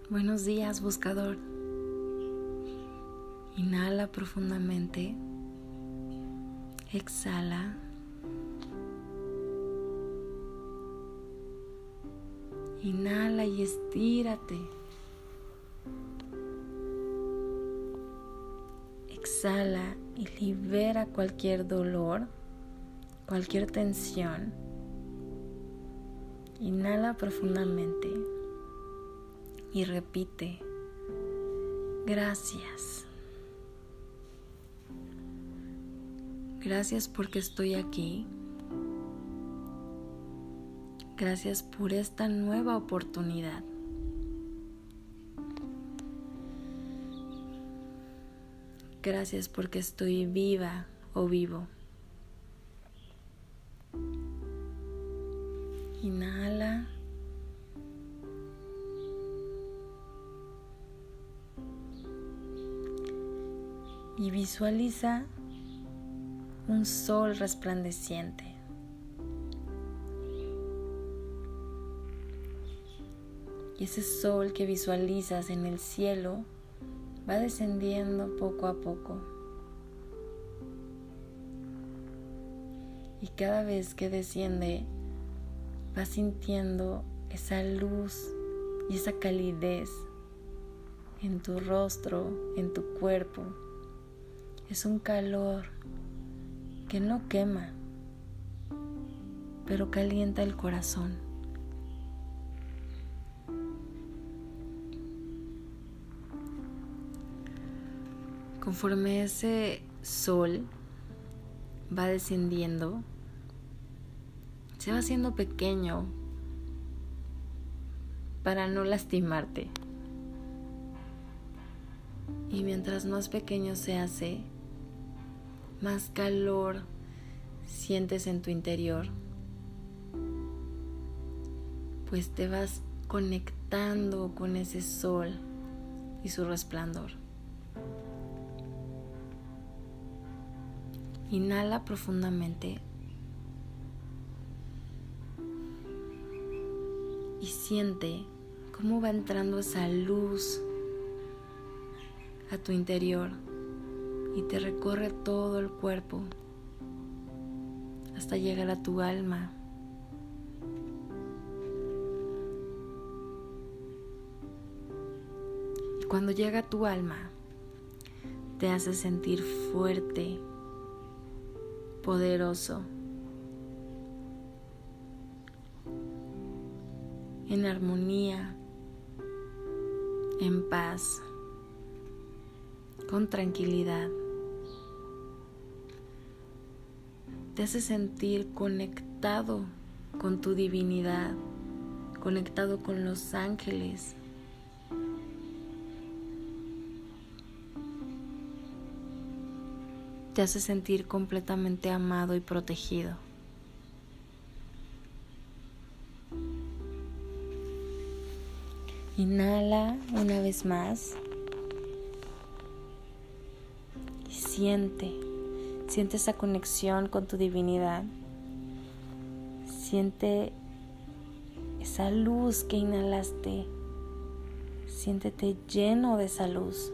Buenos días, buscador. Inhala profundamente. Exhala. Inhala y estírate. Exhala y libera cualquier dolor, cualquier tensión. Inhala profundamente y repite: gracias. Gracias porque estoy aquí. Gracias por esta nueva oportunidad. Gracias porque estoy viva o vivo. Inhala. Y visualiza un sol resplandeciente. Y ese sol que visualizas en el cielo va descendiendo poco a poco. Y cada vez que desciende, vas sintiendo esa luz y esa calidez en tu rostro, en tu cuerpo. Es un calor que no quema, pero calienta el corazón. Conforme ese sol va descendiendo, se va haciendo pequeño para no lastimarte. Y mientras más pequeño se hace, más calor sientes en tu interior, pues te vas conectando con ese sol y su resplandor. Inhala profundamente y siente cómo va entrando esa luz a tu interior y te recorre todo el cuerpo hasta llegar a tu alma. Y cuando llega a tu alma, te hace sentir fuerte, poderoso, en armonía, en paz, con tranquilidad. Te hace sentir conectado con tu divinidad, conectado con los ángeles. Te hace sentir completamente amado y protegido. Inhala una vez más y siente esa conexión con tu divinidad. Siente esa luz que inhalaste. Siéntete lleno de esa luz.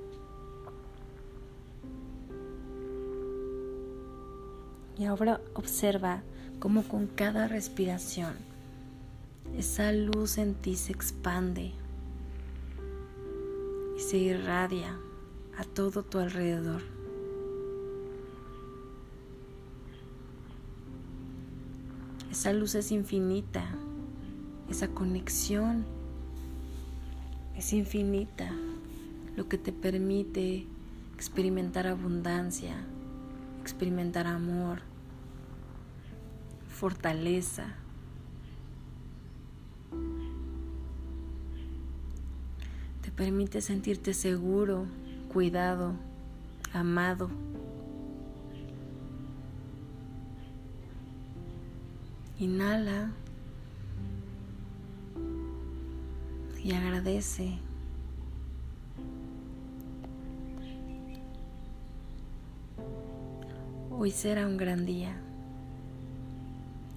Y ahora observa cómo con cada respiración esa luz en ti se expande y se irradia a todo tu alrededor. Esa luz es infinita, esa conexión es infinita, lo que te permite experimentar abundancia, experimentar amor, fortaleza. Te permite sentirte seguro, cuidado, amado. Inhala y agradece. Hoy será un gran día.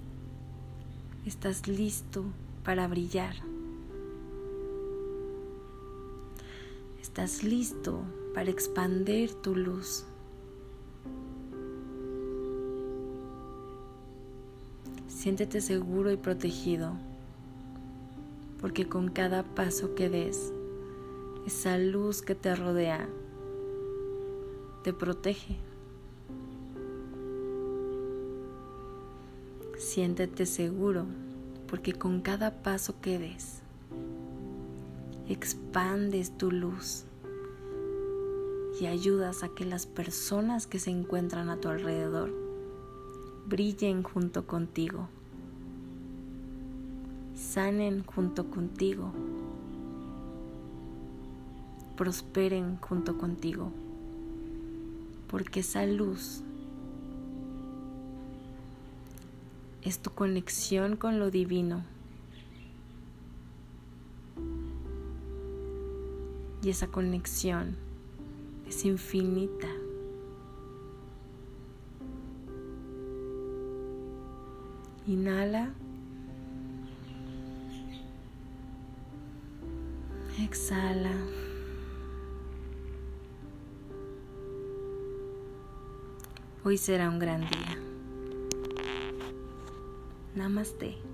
Estás listo para brillar. Estás listo para expandir tu luz. Siéntete seguro y protegido, porque con cada paso que des, esa luz que te rodea te protege. Siéntete seguro, porque con cada paso que des, expandes tu luz y ayudas a que las personas que se encuentran a tu alrededor brillen junto contigo, sanen junto contigo, prosperen junto contigo, porque esa luz es tu conexión con lo divino. Y esa conexión es infinita. Inhala. Exhala. Hoy será un gran día. Namaste.